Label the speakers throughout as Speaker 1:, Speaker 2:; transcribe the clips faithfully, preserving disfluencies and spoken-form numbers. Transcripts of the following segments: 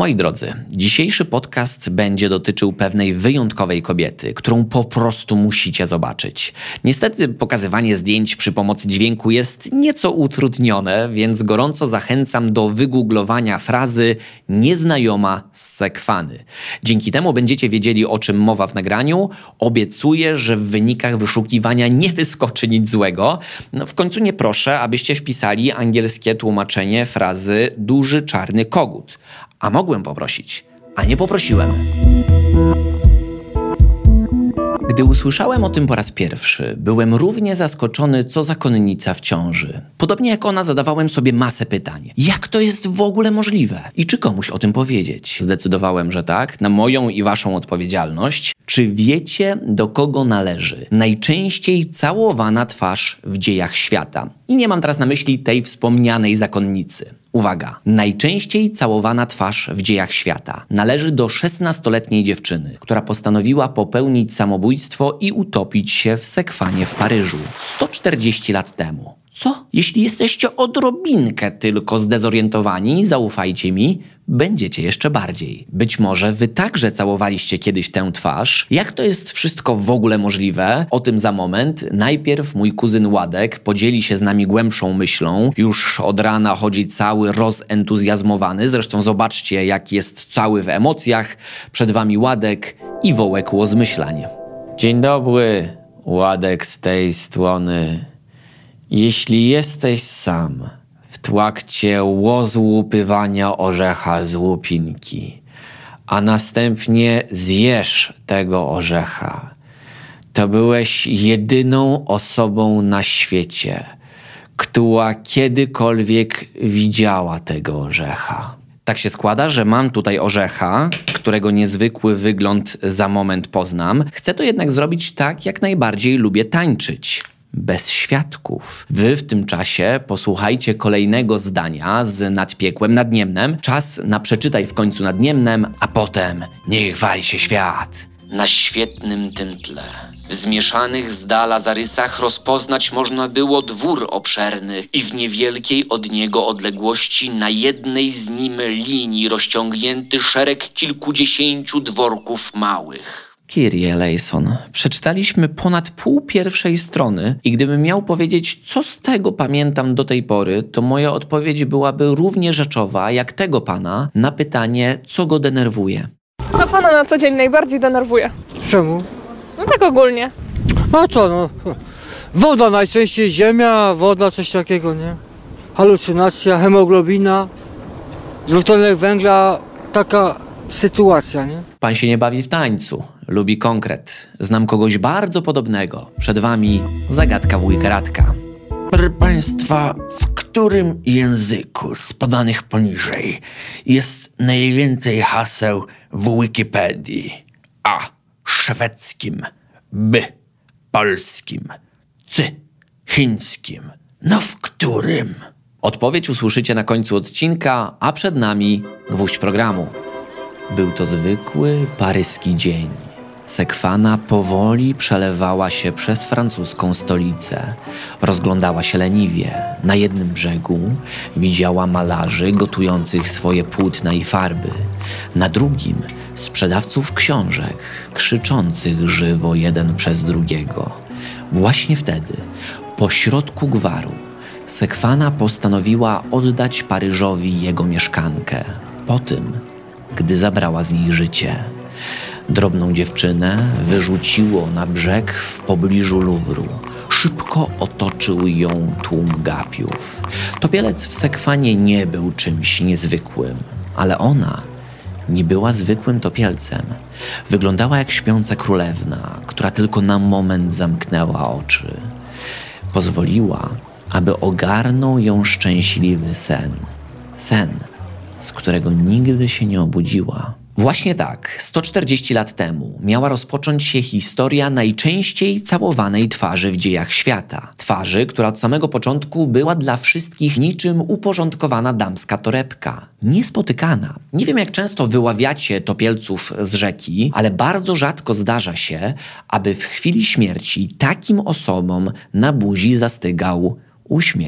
Speaker 1: Moi drodzy, dzisiejszy podcast będzie dotyczył pewnej wyjątkowej kobiety, którą po prostu musicie zobaczyć. Niestety pokazywanie zdjęć przy pomocy dźwięku jest nieco utrudnione, więc gorąco zachęcam do wygooglowania frazy nieznajoma z Sekwany. Dzięki temu będziecie wiedzieli, o czym mowa w nagraniu. Obiecuję, że w wynikach wyszukiwania nie wyskoczy nic złego. No, w końcu nie proszę, abyście wpisali angielskie tłumaczenie frazy duży czarny kogut. A mogłem poprosić, a nie poprosiłem. Gdy usłyszałem o tym po raz pierwszy, byłem równie zaskoczony, co zakonnica w ciąży. Podobnie jak ona, zadawałem sobie masę pytań. Jak to jest w ogóle możliwe? I czy komuś o tym powiedzieć? Zdecydowałem, że tak, na moją i waszą odpowiedzialność. Czy wiecie, do kogo należy najczęściej całowana twarz w dziejach świata? I nie mam teraz na myśli tej wspomnianej zakonnicy. Uwaga, najczęściej całowana twarz w dziejach świata należy do szesnastoletniej dziewczyny, która postanowiła popełnić samobójstwo i utopić się w Sekwanie w Paryżu sto czterdzieści lat temu. Co? Jeśli jesteście odrobinkę tylko zdezorientowani, zaufajcie mi, będziecie jeszcze bardziej. Być może wy także całowaliście kiedyś tę twarz. Jak to jest wszystko w ogóle możliwe? O tym za moment. Najpierw mój kuzyn Władek podzieli się z nami głębszą myślą. Już od rana chodzi cały rozentuzjazmowany. Zresztą zobaczcie, jak jest cały w emocjach. Przed wami Władek i wołek łozmyślań. Dzień dobry, Władek z tej strony. Jeśli jesteś sam w trakcie łozłupywania orzecha z łupinki, a następnie zjesz tego orzecha, to byłeś jedyną osobą na świecie, która kiedykolwiek widziała tego orzecha. Tak się składa, że mam tutaj orzecha, którego niezwykły wygląd za moment poznam. Chcę to jednak zrobić tak, jak najbardziej lubię tańczyć. Bez świadków. Wy w tym czasie posłuchajcie kolejnego zdania z Nadpiekłem, Nadniemnem. Czas na przeczytaj w końcu Nadniemnem, a potem niech wali się świat. Na świetnym tym tle, w zmieszanych z dala zarysach rozpoznać można było dwór obszerny i w niewielkiej od niego odległości na jednej z nim linii rozciągnięty szereg kilkudziesięciu dworków małych. Kyrie eleison. Przeczytaliśmy ponad pół pierwszej strony i gdybym miał powiedzieć, co z tego pamiętam do tej pory, to moja odpowiedź byłaby równie rzeczowa jak tego pana na pytanie, co go denerwuje.
Speaker 2: Co pana na co dzień najbardziej denerwuje?
Speaker 3: Czemu?
Speaker 2: No tak ogólnie.
Speaker 3: No co, no. Woda najczęściej, ziemia, woda, coś takiego, nie? Halucynacja, hemoglobina, dwutlenek węgla, taka sytuacja, nie?
Speaker 1: Pan się nie bawi w tańcu. Lubi konkret. Znam kogoś bardzo podobnego. Przed wami zagadka wujka Radka.
Speaker 4: Proszę Państwa, w którym języku z podanych poniżej jest najwięcej haseł w Wikipedii? A. Szwedzkim. B. Polskim. C. Chińskim. No w którym?
Speaker 1: Odpowiedź usłyszycie na końcu odcinka, a przed nami gwóźdź programu. Był to zwykły paryski dzień. Sekwana powoli przelewała się przez francuską stolicę. Rozglądała się leniwie. Na jednym brzegu widziała malarzy gotujących swoje płótna i farby. Na drugim sprzedawców książek, krzyczących żywo jeden przez drugiego. Właśnie wtedy, pośrodku gwaru, Sekwana postanowiła oddać Paryżowi jego mieszkankę. Po tym, gdy zabrała z niej życie. Drobną dziewczynę wyrzuciło na brzeg w pobliżu Luwru. Szybko otoczył ją tłum gapiów. Topielec w Sekwanie nie był czymś niezwykłym, ale ona nie była zwykłym topielcem. Wyglądała jak śpiąca królewna, która tylko na moment zamknęła oczy. Pozwoliła, aby ogarnął ją szczęśliwy sen. Sen, z którego nigdy się nie obudziła. Właśnie tak, sto czterdzieści lat temu miała rozpocząć się historia najczęściej całowanej twarzy w dziejach świata. Twarzy, która od samego początku była dla wszystkich niczym uporządkowana damska torebka. Niespotykana. Nie wiem, jak często wyławiacie topielców z rzeki, ale bardzo rzadko zdarza się, aby w chwili śmierci takim osobom na buzi zastygał uśmiech.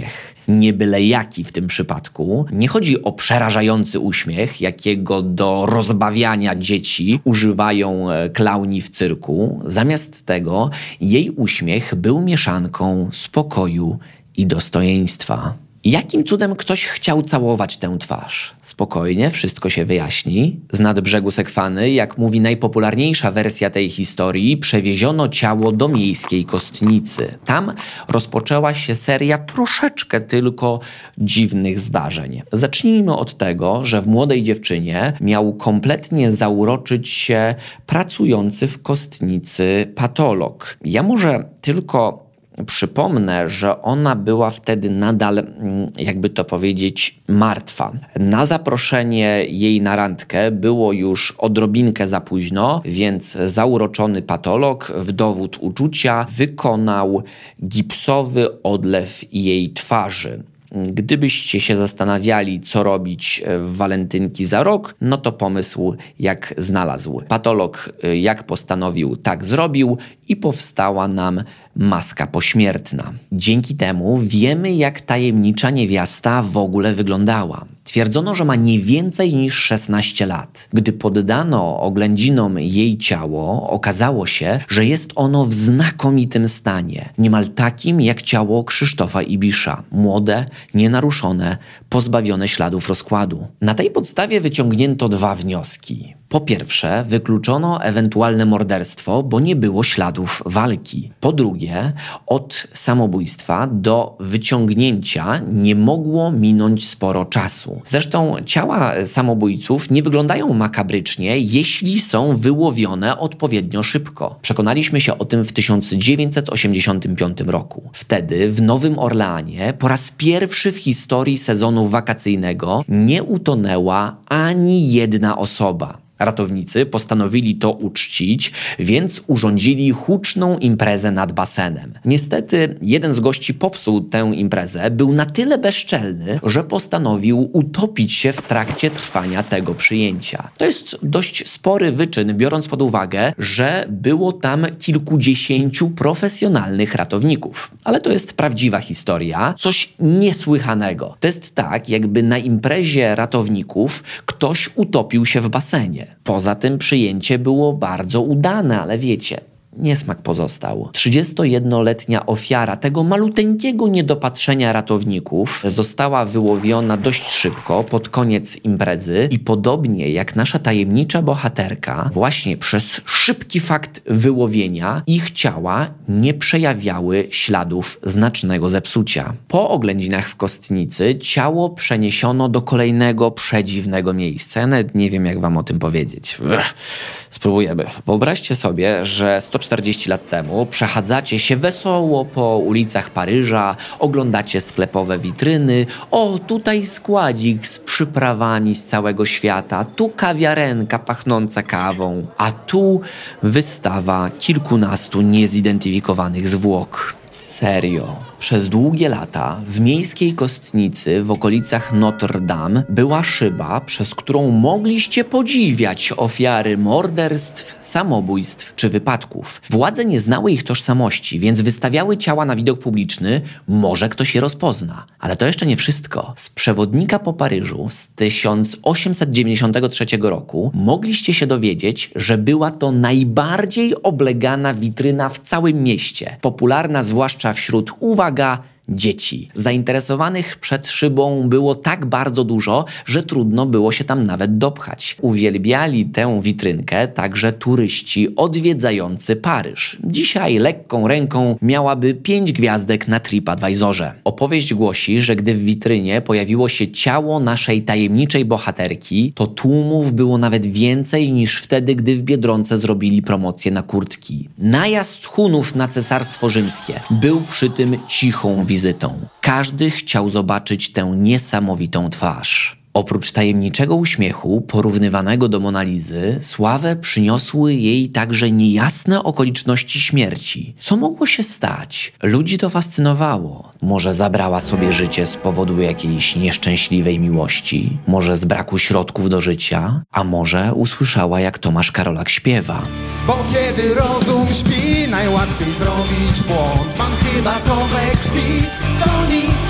Speaker 1: Nie byle jaki w tym przypadku. Nie chodzi o przerażający uśmiech, jakiego do rozbawiania dzieci używają klauni w cyrku. Zamiast tego jej uśmiech był mieszanką spokoju i dostojeństwa. Jakim cudem ktoś chciał całować tę twarz? Spokojnie, wszystko się wyjaśni. Z nadbrzegu Sekwany, jak mówi najpopularniejsza wersja tej historii, przewieziono ciało do miejskiej kostnicy. Tam rozpoczęła się seria troszeczkę tylko dziwnych zdarzeń. Zacznijmy od tego, że w młodej dziewczynie miał kompletnie zauroczyć się pracujący w kostnicy patolog. Ja może tylko przypomnę, że ona była wtedy nadal, jakby to powiedzieć, martwa. Na zaproszenie jej na randkę było już odrobinkę za późno, więc zauroczony patolog w dowód uczucia wykonał gipsowy odlew jej twarzy. Gdybyście się zastanawiali, co robić w walentynki za rok, no to pomysł jak znalazł. Patolog jak postanowił, tak zrobił i powstała nam maska pośmiertna. Dzięki temu wiemy, jak tajemnicza niewiasta w ogóle wyglądała. Twierdzono, że ma nie więcej niż szesnaście lat. Gdy poddano oględzinom jej ciało, okazało się, że jest ono w znakomitym stanie. Niemal takim jak ciało Krzysztofa Ibisza. Młode, nienaruszone, pozbawione śladów rozkładu. Na tej podstawie wyciągnięto dwa wnioski. Po pierwsze, wykluczono ewentualne morderstwo, bo nie było śladów walki. Po drugie, od samobójstwa do wyciągnięcia nie mogło minąć sporo czasu. Zresztą ciała samobójców nie wyglądają makabrycznie, jeśli są wyłowione odpowiednio szybko. Przekonaliśmy się o tym w tysiąc dziewięćset osiemdziesiątym piątym roku. Wtedy w Nowym Orleanie po raz pierwszy w historii sezonu wakacyjnego nie utonęła ani jedna osoba. Ratownicy postanowili to uczcić, więc urządzili huczną imprezę nad basenem. Niestety jeden z gości popsuł tę imprezę, był na tyle bezczelny, że postanowił utopić się w trakcie trwania tego przyjęcia. To jest dość spory wyczyn, biorąc pod uwagę, że było tam kilkudziesięciu profesjonalnych ratowników. Ale to jest prawdziwa historia, coś niesłychanego. To jest tak, jakby na imprezie ratowników ktoś utopił się w basenie. Poza tym przyjęcie było bardzo udane, ale wiecie, niesmak pozostał. trzydziestojednoletnia ofiara tego maluteńkiego niedopatrzenia ratowników została wyłowiona dość szybko, pod koniec imprezy i podobnie jak nasza tajemnicza bohaterka, właśnie przez szybki fakt wyłowienia ich ciała nie przejawiały śladów znacznego zepsucia. Po oględzinach w kostnicy ciało przeniesiono do kolejnego przedziwnego miejsca. Ja nawet nie wiem, jak wam o tym powiedzieć. Ech, spróbujemy. Wyobraźcie sobie, że sto czterdzieści lat temu przechadzacie się wesoło po ulicach Paryża, oglądacie sklepowe witryny. O, tutaj składzik z przyprawami z całego świata, tu kawiarenka pachnąca kawą, a tu wystawa kilkunastu niezidentyfikowanych zwłok. Serio. Przez długie lata w miejskiej kostnicy w okolicach Notre Dame była szyba, przez którą mogliście podziwiać ofiary morderstw, samobójstw czy wypadków. Władze nie znały ich tożsamości, więc wystawiały ciała na widok publiczny, może ktoś je rozpozna. Ale to jeszcze nie wszystko. Z przewodnika po Paryżu z tysiąc osiemset dziewięćdziesiątego trzeciego roku mogliście się dowiedzieć, że była to najbardziej oblegana witryna w całym mieście. Popularna zwłaszcza wśród, uwaga, dzieci. Zainteresowanych przed szybą było tak bardzo dużo, że trudno było się tam nawet dopchać. Uwielbiali tę witrynkę także turyści odwiedzający Paryż. Dzisiaj lekką ręką miałaby pięć gwiazdek na TripAdvisorze. Opowieść głosi, że gdy w witrynie pojawiło się ciało naszej tajemniczej bohaterki, to tłumów było nawet więcej niż wtedy, gdy w Biedronce zrobili promocję na kurtki. Najazd Hunów na Cesarstwo Rzymskie był przy tym cichą wizytą. Każdy chciał zobaczyć tę niesamowitą twarz. Oprócz tajemniczego uśmiechu, porównywanego do Monalizy, sławę przyniosły jej także niejasne okoliczności śmierci. Co mogło się stać? Ludzi to fascynowało. Może zabrała sobie życie z powodu jakiejś nieszczęśliwej miłości? Może z braku środków do życia? A może usłyszała, jak Tomasz Karolak śpiewa?
Speaker 5: Bo kiedy rozum śpi, najłatwiej zrobić błąd. Mam chyba to we krwi, to nic, to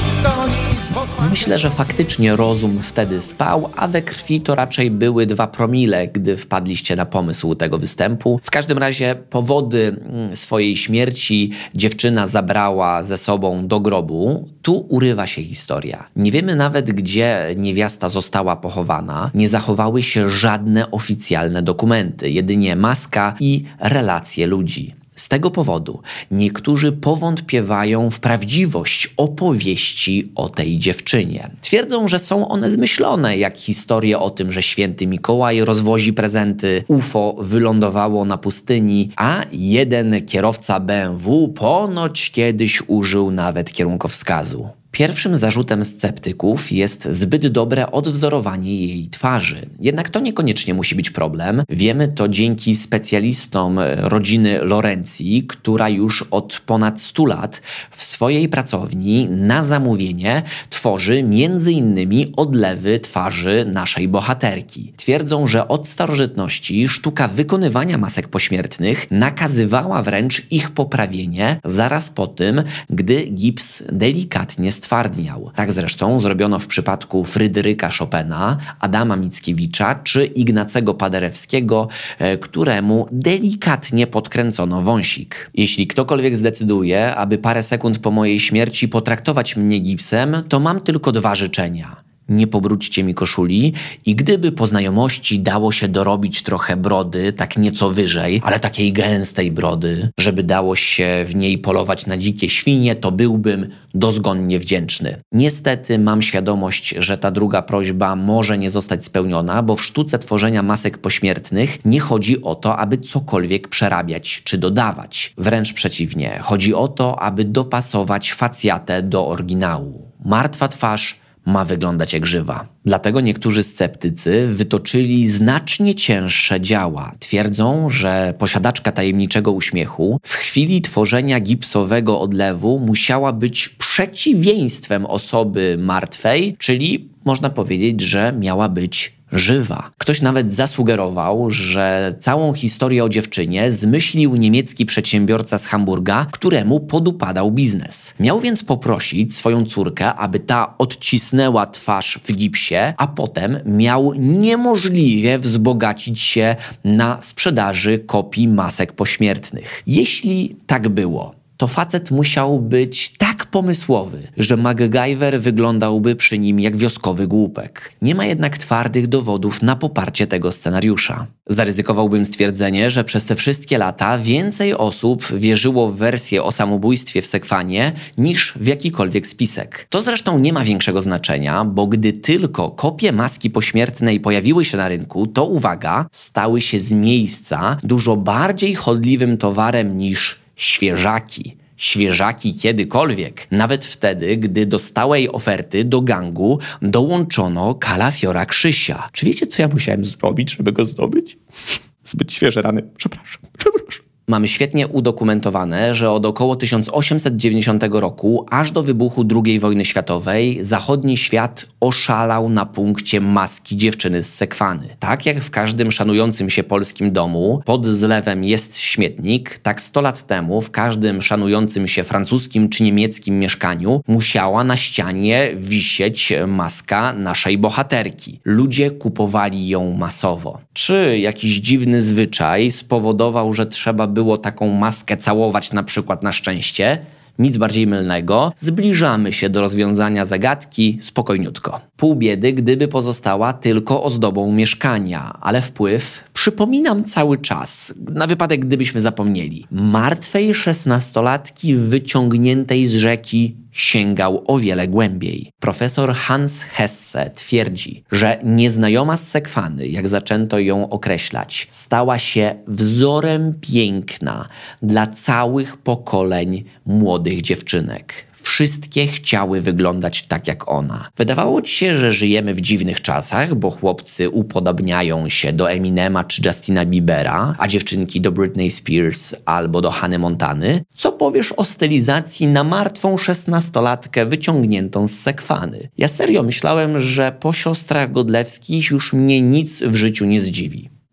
Speaker 5: nic, bo twarde...
Speaker 1: Myślę, że faktycznie rozum wtedy spał, a we krwi to raczej były dwa promile, gdy wpadliście na pomysł tego występu. W każdym razie powody swojej śmierci dziewczyna zabrała ze sobą do grobu. Tu urywa się historia. Nie wiemy nawet, gdzie niewiasta została pochowana. Nie zachowały się żadne oficjalne dokumenty, jedynie maska i relacje ludzi. Z tego powodu niektórzy powątpiewają w prawdziwość opowieści o tej dziewczynie. Twierdzą, że są one zmyślone, jak historie o tym, że święty Mikołaj rozwozi prezenty, U F O wylądowało na pustyni, a jeden kierowca B M W ponoć kiedyś użył nawet kierunkowskazu. Pierwszym zarzutem sceptyków jest zbyt dobre odwzorowanie jej twarzy. Jednak to niekoniecznie musi być problem. Wiemy to dzięki specjalistom rodziny Lorenzi, która już od ponad stu lat w swojej pracowni na zamówienie tworzy między innymi odlewy twarzy naszej bohaterki. Twierdzą, że od starożytności sztuka wykonywania masek pośmiertnych nakazywała wręcz ich poprawienie zaraz po tym, gdy gips delikatnie stwardniał. Tak zresztą zrobiono w przypadku Fryderyka Chopina, Adama Mickiewicza czy Ignacego Paderewskiego, któremu delikatnie podkręcono wąsik. Jeśli ktokolwiek zdecyduje, aby parę sekund po mojej śmierci potraktować mnie gipsem, to mam tylko dwa życzenia. Nie pobrudźcie mi koszuli i gdyby po znajomości dało się dorobić trochę brody, tak nieco wyżej, ale takiej gęstej brody, żeby dało się w niej polować na dzikie świnie, to byłbym dozgonnie wdzięczny. Niestety mam świadomość, że ta druga prośba może nie zostać spełniona, bo w sztuce tworzenia masek pośmiertnych nie chodzi o to, aby cokolwiek przerabiać czy dodawać. Wręcz przeciwnie, chodzi o to, aby dopasować facjatę do oryginału. Martwa twarz ma wyglądać jak żywa. Dlatego niektórzy sceptycy wytoczyli znacznie cięższe działa. Twierdzą, że posiadaczka tajemniczego uśmiechu w chwili tworzenia gipsowego odlewu musiała być przeciwieństwem osoby martwej, czyli można powiedzieć, że miała być żywa. Ktoś nawet zasugerował, że całą historię o dziewczynie zmyślił niemiecki przedsiębiorca z Hamburga, któremu podupadał biznes. Miał więc poprosić swoją córkę, aby ta odcisnęła twarz w gipsie, a potem miał niemożliwie wzbogacić się na sprzedaży kopii masek pośmiertnych. Jeśli tak było, to facet musiał być tak pomysłowy, że MacGyver wyglądałby przy nim jak wioskowy głupek. Nie ma jednak twardych dowodów na poparcie tego scenariusza. Zaryzykowałbym stwierdzenie, że przez te wszystkie lata więcej osób wierzyło w wersję o samobójstwie w Sekwanie niż w jakikolwiek spisek. To zresztą nie ma większego znaczenia, bo gdy tylko kopie maski pośmiertnej pojawiły się na rynku, to uwaga, stały się z miejsca dużo bardziej chodliwym towarem niż świeżaki. Świeżaki kiedykolwiek. Nawet wtedy, gdy do stałej oferty do gangu dołączono kalafiora Krzysia. Czy wiecie, co ja musiałem zrobić, żeby go zdobyć? Zbyt świeże rany. Przepraszam. Przepraszam. Mamy świetnie udokumentowane, że od około tysiąc osiemset dziewięćdziesiątego roku aż do wybuchu drugiej wojny światowej zachodni świat oszalał na punkcie maski dziewczyny z Sekwany. Tak jak w każdym szanującym się polskim domu pod zlewem jest śmietnik, tak sto lat temu w każdym szanującym się francuskim czy niemieckim mieszkaniu musiała na ścianie wisieć maska naszej bohaterki. Ludzie kupowali ją masowo. Czy jakiś dziwny zwyczaj spowodował, że trzeba było taką maskę całować na przykład na szczęście? Nic bardziej mylnego. Zbliżamy się do rozwiązania zagadki spokojniutko. Pół biedy, gdyby pozostała tylko ozdobą mieszkania, ale wpływ przypominam cały czas, na wypadek gdybyśmy zapomnieli. Martwej szesnastolatki wyciągniętej z rzeki sięgał o wiele głębiej. Profesor Hans Hesse twierdzi, że nieznajoma z Sekwany, jak zaczęto ją określać, stała się wzorem piękna dla całych pokoleń młodych dziewczynek. Wszystkie chciały wyglądać tak jak ona. Wydawało ci się, że żyjemy w dziwnych czasach, bo chłopcy upodobniają się do Eminema czy Justina Biebera, a dziewczynki do Britney Spears albo do Hany Montany? Co powiesz o stylizacji na martwą szesnastolatkę wyciągniętą z Sekwany? Ja serio myślałem, że po siostrach Godlewskich już mnie nic w życiu nie zdziwi.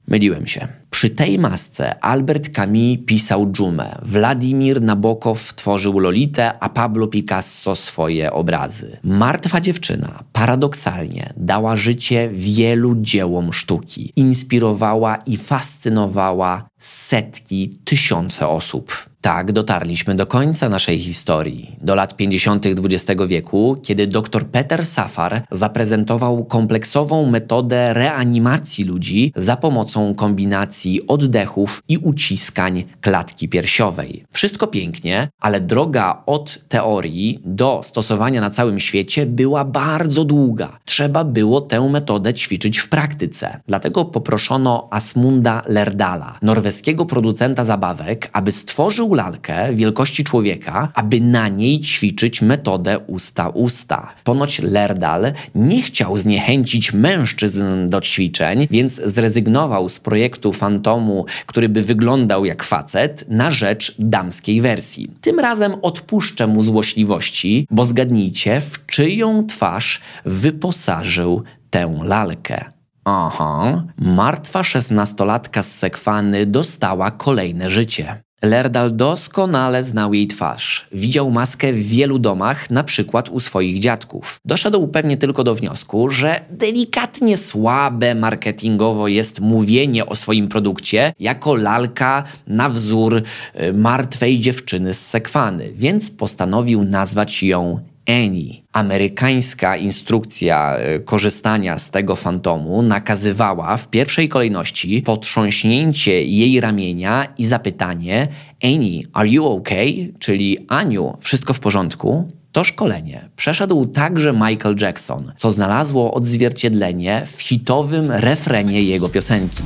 Speaker 1: Myliłem się. Przy tej masce Albert Camus pisał Dżumę, Władimir Nabokow tworzył Lolitę, a Pablo Picasso swoje obrazy. Martwa dziewczyna paradoksalnie dała życie wielu dziełom sztuki. Inspirowała i fascynowała setki, tysiące osób. Tak dotarliśmy do końca naszej historii, do lat pięćdziesiątych dwudziestego wieku, kiedy dr Peter Safar zaprezentował kompleksową metodę reanimacji ludzi za pomocą kombinacji oddechów i uciskań klatki piersiowej. Wszystko pięknie, ale droga od teorii do stosowania na całym świecie była bardzo długa. Trzeba było tę metodę ćwiczyć w praktyce. Dlatego poproszono Asmunda Lerdala, norweskiego producenta zabawek, aby stworzył lalkę wielkości człowieka, aby na niej ćwiczyć metodę usta-usta. Ponoć Lerdal nie chciał zniechęcić mężczyzn do ćwiczeń, więc zrezygnował z projektu fantomu, który by wyglądał jak facet, na rzecz damskiej wersji. Tym razem odpuszczę mu złośliwości, bo zgadnijcie, w czyją twarz wyposażył tę lalkę. Aha, martwa szesnastolatka z Sekwany dostała kolejne życie. Lerdal doskonale znał jej twarz. Widział maskę w wielu domach, na przykład u swoich dziadków. Doszedł pewnie tylko do wniosku, że delikatnie słabe marketingowo jest mówienie o swoim produkcie jako lalka na wzór y, martwej dziewczyny z Sekwany, więc postanowił nazwać ją Annie. Amerykańska instrukcja y, korzystania z tego fantomu nakazywała w pierwszej kolejności potrząśnięcie jej ramienia i zapytanie Annie, are you okay? Czyli Aniu, wszystko w porządku? To szkolenie przeszedł także Michael Jackson, co znalazło odzwierciedlenie w hitowym refrenie jego piosenki.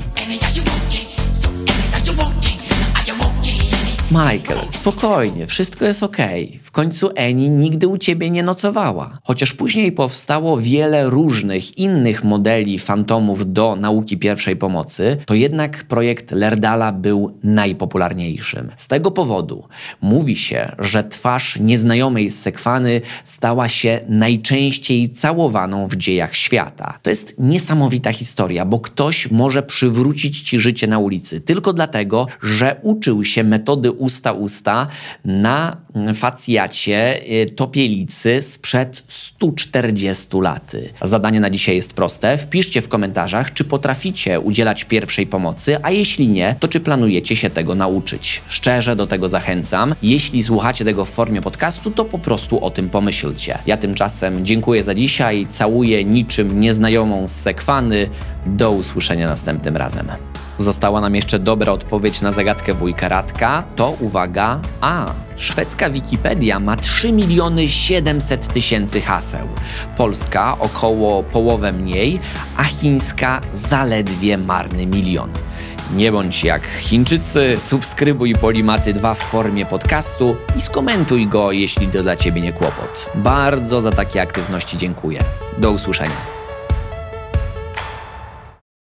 Speaker 1: Michael, spokojnie, wszystko jest okej. Okay. W końcu Annie nigdy u ciebie nie nocowała. Chociaż później powstało wiele różnych innych modeli fantomów do nauki pierwszej pomocy, to jednak projekt Lerdala był najpopularniejszym. Z tego powodu mówi się, że twarz nieznajomej z Sekwany stała się najczęściej całowaną w dziejach świata. To jest niesamowita historia, bo ktoś może przywrócić ci życie na ulicy tylko dlatego, że uczył się metody usta-usta na facjacie topielicy sprzed stu czterdziestu laty. Zadanie na dzisiaj jest proste. Wpiszcie w komentarzach, czy potraficie udzielać pierwszej pomocy, a jeśli nie, to czy planujecie się tego nauczyć. Szczerze do tego zachęcam. Jeśli słuchacie tego w formie podcastu, to po prostu o tym pomyślcie. Ja tymczasem dziękuję za dzisiaj, całuję niczym nieznajomą z Sekwany. Do usłyszenia następnym razem. Została nam jeszcze dobra odpowiedź na zagadkę wujka Radka. To uwaga, a szwedzka Wikipedia ma trzy miliony siedemset tysięcy haseł. Polska około połowę mniej, a chińska zaledwie marny milion. Nie bądź jak Chińczycy, subskrybuj Polimaty dwa w formie podcastu i skomentuj go, jeśli to dla ciebie nie kłopot. Bardzo za takie aktywności dziękuję. Do usłyszenia.